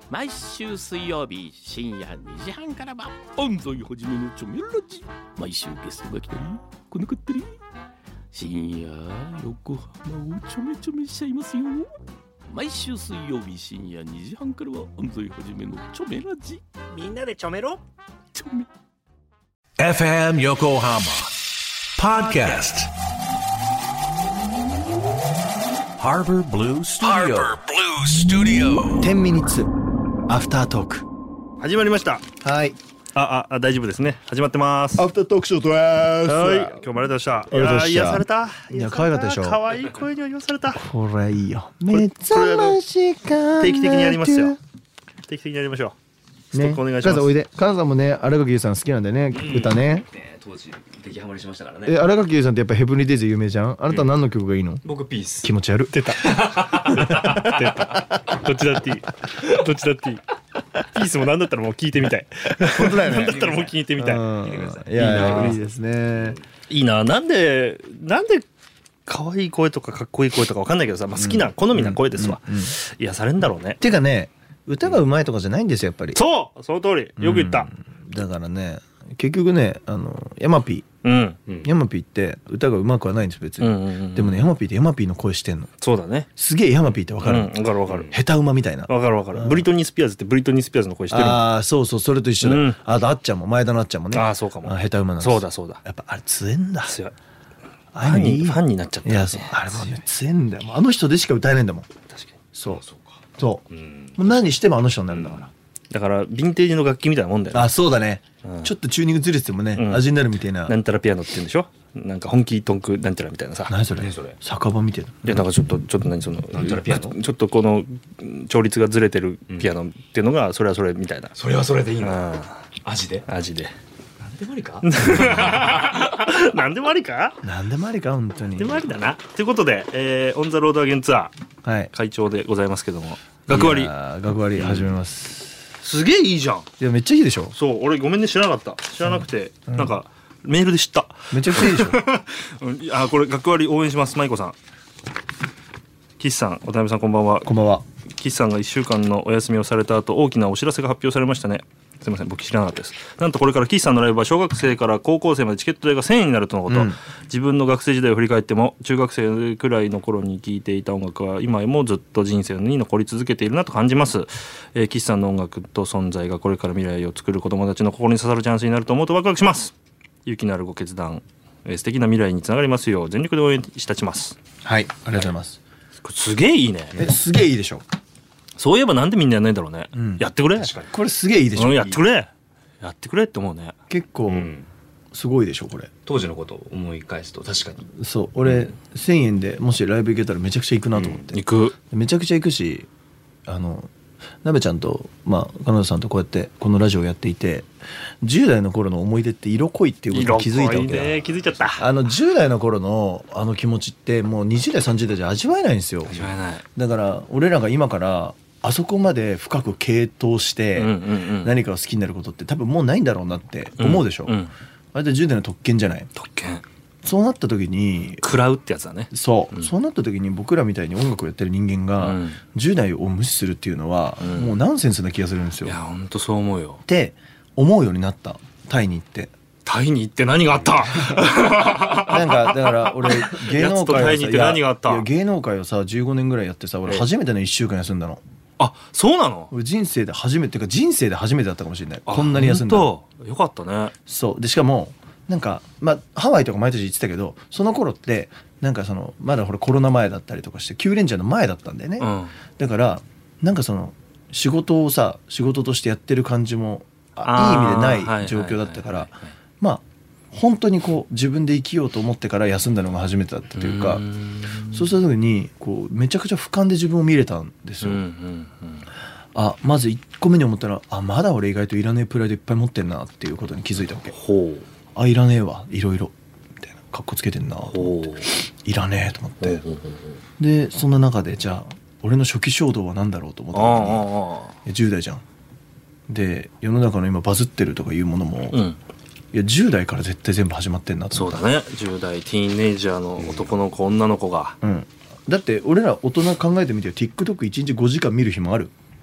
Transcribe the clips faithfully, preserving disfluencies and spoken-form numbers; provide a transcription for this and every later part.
毎週水曜日深夜にじはんからは安西はじめのチョメラジ。毎週ゲストが来たり来なかったり、深夜横浜をちょめちょめしちゃいますよ。毎週水曜日深夜にじはんからは安西はじめのチョメラジ。 みんなでちょめろチョメエフエム 横浜 Podcast Harbor Blue Studio Harbor Blue Studio じゅうミニッツアフタートーク。 始まりました。 はいああ大丈夫ですね。始まってます。 アフタートークショートです。 はい、今日もありがとうございました。 ありがとうございました。 いや癒された。 いや可愛かったでしょ。 可愛い声には癒された。 これいいよ。目覚ましか定期的にやりますよ。定期的にやりましょう。ストックお願いします。 カンさんおいで。カンさんもね荒垣結衣さん好きなんでね、うん、歌ね。 当時激ハマりしましたからね。 え荒垣結衣さんってやっぱヘブンリーデイズ有名じゃん。あなた何の曲がいいの？ 僕ピース。 気持ち悪い。出た。 出た。どっちだっていい。どっちだっていい。ピースもなんだったらもう聞いてみたい。 本当だよね。 なんだったらもう聞いてみたい。 いやいいですね。 いいな。なんでなんで可愛い声とかかっこいい声とかわかんないけどさ、まあ、好きな、うん、好みな声ですわ。癒されんだろうね。 てかね。歌が上手いとかじゃないんですよやっぱり。 そうその通りよく言った、 うん、だからね結局ねあのヤマピー、うん、ヤマピーって歌が上手くはないんです別に、うんうんうん、でもねヤマピーってヤマピーの声してんの。そうだね。すげえヤマピーって分かる、うん、分かる分かる。下手馬みたいな。 分かる分かる、うん、ブリトニー・スピアーズってブリトニー・スピアーズの声してる。 ああそうそうそれと一緒だ、うん、あとあっちゃんも前田のあっちゃんもね。 ああそうかも。 下手馬なんです。 そうだそうだ。 やっぱあれ強えんだ。 強い。ファンにファンになっちゃった、ね、 いやそうあれもね強えんだよ。あの人でしか歌えないんだもん。 確かに。 そうそうそう、うん、もう何してもあの人になるんだから、うん、 だからヴィンテージの楽器みたいなもんだよね。 あそうだね、うん、ちょっとチューニングずれててもね、うん、味になるみたいな。 なんたらピアノって言うんでしょ。なんか本気トンクなんちゃらみたいなさ。 何それ、ね、それ酒場みたいな。 いやだからちょっとちょっと何そのなんちゃらピアノちょっとこの調律がずれてるピアノっていうのがそれはそれみたいな、うん、 それはそれでいいの。味で味でなんでもありかなんでもありかなんでもありか本当に。 なんでもありだな。ということで、えー、オンザロードアゲンツアー、はい、会長でございますけども学割学割始めます、 うん、すげえいいじゃん。いやめっちゃいいでしょ。 そう俺ごめんね知らなかった。知らなくて、うん、なんかメールで知った。 めちゃくちゃいいでしょ、 うん、あこれ学割応援します。舞子さん岸さん渡辺さんこんばんは。 こんばんは。 岸さんがいっしゅうかんのお休みをされた後大きなお知らせが発表されましたね。すいません僕知らなかったです。なんとこれから岸さんのライブは小学生から高校生までチケット代がせんえんになるとのこと、うん、自分の学生時代を振り返っても中学生くらいの頃に聴いていた音楽は今もずっと人生に残り続けているなと感じます、えー、岸さんの音楽と存在がこれから未来を作る子どもたちの心に刺さるチャンスになると思うとワクワクします。勇気のあるご決断、えー、素敵な未来につながりますよう全力で応援したちます。 はいありがとうございます。 これすげえいいね。 えすげえいいでしょ。 そういえばなんでみんなやんないんだろうね、うん、やってくれ。確かにこれすげえいいでしょ、 うん、やってくれやってくれって思うね。 結構すごいでしょこれ。 当時のことを思い返すと確かにそう俺、うん、せんえんでもしライブ行けたらめちゃくちゃ行くなと思って、うん、 行くめちゃくちゃ行くしあのなべちゃんとまあ彼女さんとこうやってこのラジオをやっていてじゅう代の頃の思い出って色濃いっていうことに気づいたわけだ。 色濃いね気づいちゃった。 あのじゅう代の頃のあの気持ちってもうにじゅう代さんじゅう代じゃ味わえないんですよ。 味わえない。だから俺らが今からあそこまで深く傾倒して何かを好きになることって多分もうないんだろうなって思うでしょ、うんうん、あれってじゅう代の特権じゃない。 特権。 そうなった時に食らうってやつだね。 そう、うん、そうなった時に僕らみたいに音楽をやってる人間がじゅう代を無視するっていうのはもうナンセンスな気がするんですよ、 うん、いや本当そう思うよって思うようになった。タイに行ってタイに行って何があったなんかだから俺芸能界をさタイに行って何があった。 いや芸能界をさじゅうごねんぐらいやってさ俺初めてのいっしゅうかん休んだの。 あそうなの。 俺人生で初めてっていうか人生で初めてだったかもしれない。こんなに休んだの。 よかったね。 そうでしかもなんかまあハワイとか毎年行ってたけどその頃ってなんかそのまだほらコロナ前だったりとかしてキューレンジャーの前だったんだよね、うん、だからなんかその仕事をさ仕事としてやってる感じもいい意味でない状況だったからまあ本当にこう自分で生きようと思ってから休んだのが初めてだったというかうそうした時にこうめちゃくちゃ俯瞰で自分を見れたんですよ、うんうんうん、あまずいっこめに思ったらあまだ俺意外といらねえプライドいっぱい持ってんなっていうことに気づいたわけ。ほうあいらねえわいろいろみたいなかっこつけてんなと思っていらねえと思ってでそんな中でじゃあ俺の初期衝動は何だろうと思った時にじゅう代じゃん。で世の中の今バズってるとかいうものも、うん、いやじゅう代から絶対全部始まってんなと思った。 そうだねじゅう代ティーンネイジャーの男の子、うん、女の子が、 うん、だって俺ら大人考えてみてよ TikTok いちにちごじかん見る日もある。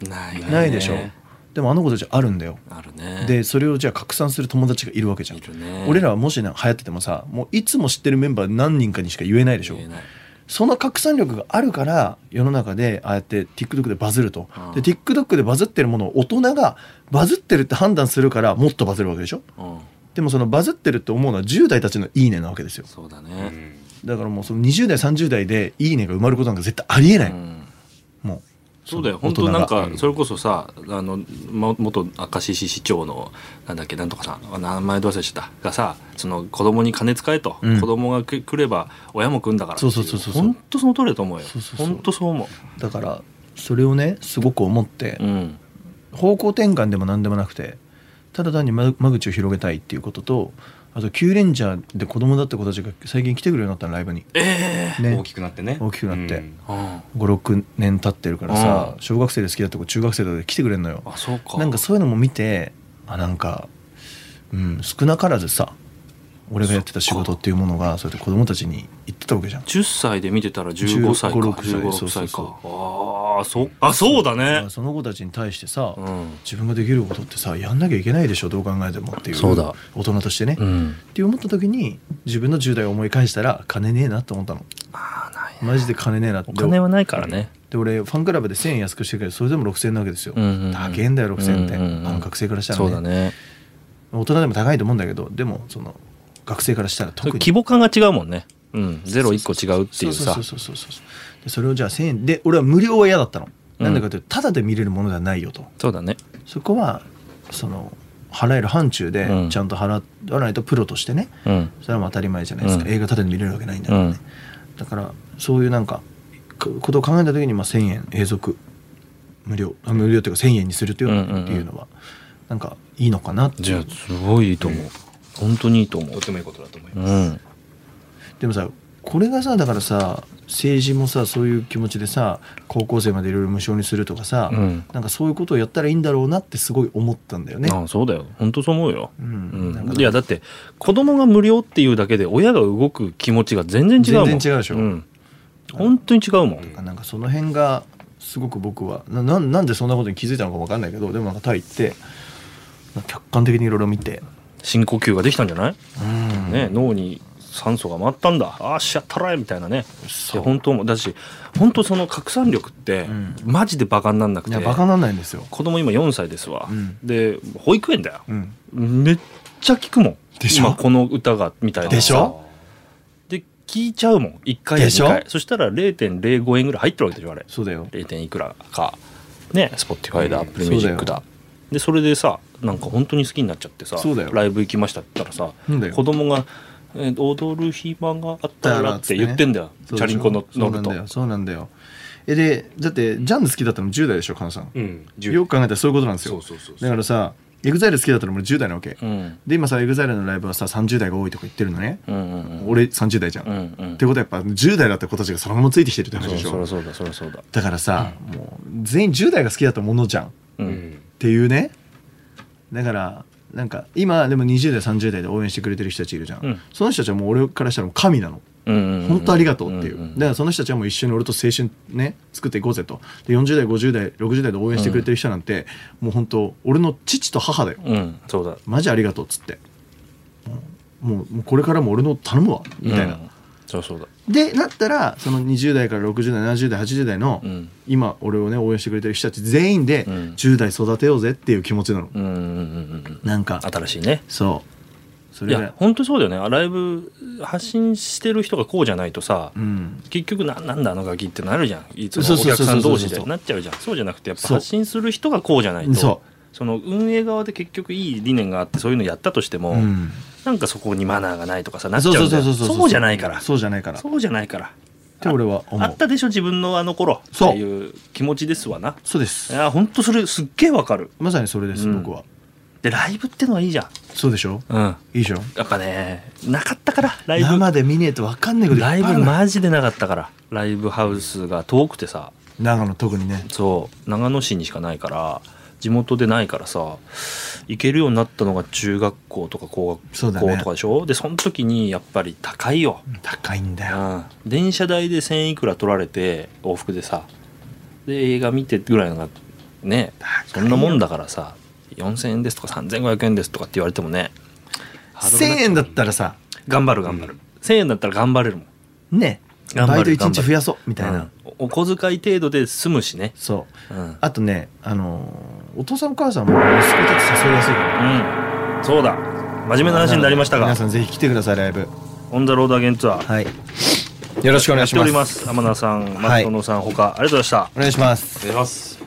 ないね。 ないでしょ。でもあの子たちあるんだよ。 あるね。 でそれをじゃあ拡散する友達がいるわけじゃん。 いるね。 俺らはもし、ね、流行っててもさ、もういつも知ってるメンバー何人かにしか言えないでしょ。 言えない。 その拡散力があるから世の中でああやって TikTok でバズると、 うん、 で TikTok でバズってるものを大人がバズってるって判断するからもっとバズるわけでしょ、うん、でもそのバズってるって思うのはじゅう代たちのいいねなわけですよ。 そうだね、 だからもうそのにじゅう代さんじゅう代でいいねが埋まることなんか絶対ありえない、うん、もうそうだよ。本当なんかそれこそさ、あの元明石市市長のなんだっけなんとかさん名前どう忘れちゃったがさ、その子供に金使えと、うん、子供が来れば親も来んだから、そうそうそうそう、本当その通りだと思うよ。本当そう思う。 だからそれをねすごく思って、うん、方向転換でも何でもなくて、ただ単に間口を広げたいっていうことと、あとキューレンジャーで子供だった子たちが最近来てくれるようになったのライブに、 えーね、 大きくなってね大きくなって、うん、ご、 ろろくねん経ってるからさ、小学生で好きだった子中学生で来てくれるのよ。 あ、そうか。 なんかそういうのも見て、あなんか、うん、少なからずさ俺がやってた仕事っていうものがそうやって子供たちに言ってたわけじゃん。 じゅっさいで見てたらじゅうごさいかじゅうご、ろくさい、 じゅうご、ろくさいか。ああ、そあそうだね。 その子たちに対してさ、 うん、 自分ができることってさやんなきゃいけないでしょどう考えてもっていう、 そうだ大人としてね、 うん、 って思った時に自分のじゅう代を思い返したら金ねえなって思ったの。 あーないね、 マジで金ねえなって。 お金はないからね。 で俺ファンクラブでせんえん安くしてるけどそれでもろくせんえんなわけですよ、 うんうんうん、 高えんだよろくせんえんって、 うんうんうん、 あの学生からしたらね。 そうだね。 大人でも高いと思うんだけど、でもその学生からしたら特に規模感が違うもんね、うん、ゼロいっこ違うっていうさ。 そうそうそうそうそう。でそれをじゃあせんえんで俺は無料は嫌だったの、うん、なんでかというとタダで見れるものではないよと。 そうだね。 そこはその払える範疇でちゃんと払わないとプロとしてね、うん、それはもう当たり前じゃないですか、うん、映画タダで見れるわけないんだからね、うん、だからそういうなんかことを考えた時にまあせんえん永続無料無料っていうかせんえんにするっていうのは、うんうんうん、っていうのはなんかいいのかなっていう。 じゃあすごいいいと思う、うん、本当にいいと思う。 とてもいいことだと思います、うん、 でもさこれがさだからさ政治もさそういう気持ちでさ高校生までいろいろ無償にするとかさ、うん、なんかそういうことをやったらいいんだろうなってすごい思ったんだよね。 ああそうだよ本当そう思うよ、うんうん、いやだって子供が無料っていうだけで親が動く気持ちが全然違うもん。 全然違うでしょ、うん、 本当に違うもん。 なんかその辺がすごく僕は な, な, なんでそんなことに気づいたのか分かんないけど、でもなんかタイって客観的にいろいろ見て深呼吸ができたんじゃない、うんね、脳に酸素が回ったんだ、あーしやったらえみたいなね。本当だし本当その拡散力って、うん、マジでバカになんなくて。 いやバカになんないんですよ。 子供今よんさいですわ、うん、で保育園だよ、うん、めっちゃ聞くもんでしょ今この歌がみたいなでしょ。 で聞いちゃうもんいっかいやにかい。そしたら れいてんれいごえんぐらい入ってるわけでしょあれ。 そうだよれい. いくらかね、Spotify だ、Apple Music だ。でそれでさなんか本当に好きになっちゃってさ、ライブ行きましたって言ったらさ、子供がえー、踊る暇があったらって言ってんだよ、チャリンコの乗ると。 そうなんだよ。えでだってジャンル好きだったのじゅう代でしょカノさん、うん、よく考えたらそういうことなんですよ。そうそうそうそう。だからさエグザイル好きだったのもじゅう代なわけ、うん、で今さエグザイルのライブはささんじゅう代が多いとか言ってるのね、うんうんうん、俺さんじゅう代じゃん、うんうん、ってことはやっぱじゅう代だった子たちがそのままついてきてるって話でしょ。 そりゃそうだそりゃそうだ。 だからさ、うん、もう全員じゅう代が好きだったものじゃん、うん、っていうね。だからなんか今でもにじゅう代さんじゅう代で応援してくれてる人たちいるじゃん、うん、その人たちはもう俺からしたらもう神なの、うんうんうん、本当ありがとうっていう、うんうん、だからその人たちはもう一緒に俺と青春ね作っていこうぜと。でよんじゅう代ごじゅう代ろくじゅう代で応援してくれてる人なんて、うん、もう本当俺の父と母だよ、うん、そうだマジありがとうっつって、もう、もうこれからも俺の頼むわみたいな、うん、 そうそうだ。 でなったらそのにじゅう代からろくじゅう代ななじゅう代はちじゅう代の、うん、今俺をね応援してくれてる人たち全員でじゅう代育てようぜっていう気持ちなの、うんうんうん、なんか新しいね。 そうそれいや本当そうだよね。ライブ発信してる人がこうじゃないとさ、うん、結局 な, なんだあのガキってなるじゃん。いつもお客さん同士でなっちゃうじゃん。そうじゃなくてやっぱ発信する人がこうじゃないと、そ, その運営側で結局いい理念があってそういうのやったとしても、うん、なんかそこにマナーがないとかさなっちゃうんだよ。そうじゃないからそうじゃないからそうじゃないからって俺は思う。 あったでしょ自分のあの頃っていう気持ちですわな。 そうです。 いや本当それすっげえわかる。 まさにそれです、うん、僕は。 でライブってのはいいじゃん。 そうでしょ、うん、いいでしょ。 やっぱねなかったからライブ生で見ねえと分かんないこといっぱいある。 ライブマジでなかったからライブハウスが遠くてさ、 長野特にね。 そう長野市にしかないから地元でないからさ行けるようになったのが中学校とか高学校とかでしょ、ね、でその時にやっぱり高いよ。 高いんだよ、 うん、電車代でせんいくら取られて往復でさで映画見てぐらいのがねそんなもんだからさよんせんえんですとかさんぜんごひゃくえんですとかって言われてもねせんえんだったらさ頑張る頑張る、うん、せんえんだったら頑張れるもんねバイトいちにち増やそうみたいな、うん、 お小遣い程度で済むしねそう、うん、あとねあのー、お父さんお母さんも息子たち誘いやすいから、 うん、そうだ真面目な話になりましたが皆さんぜひ来てくださいライブオンザロードアゲンツアー、 はい、よろしくお願いします。 やっております天野さんマットノさん、はい、他ありがとうございました。 お願いします。 お願いします。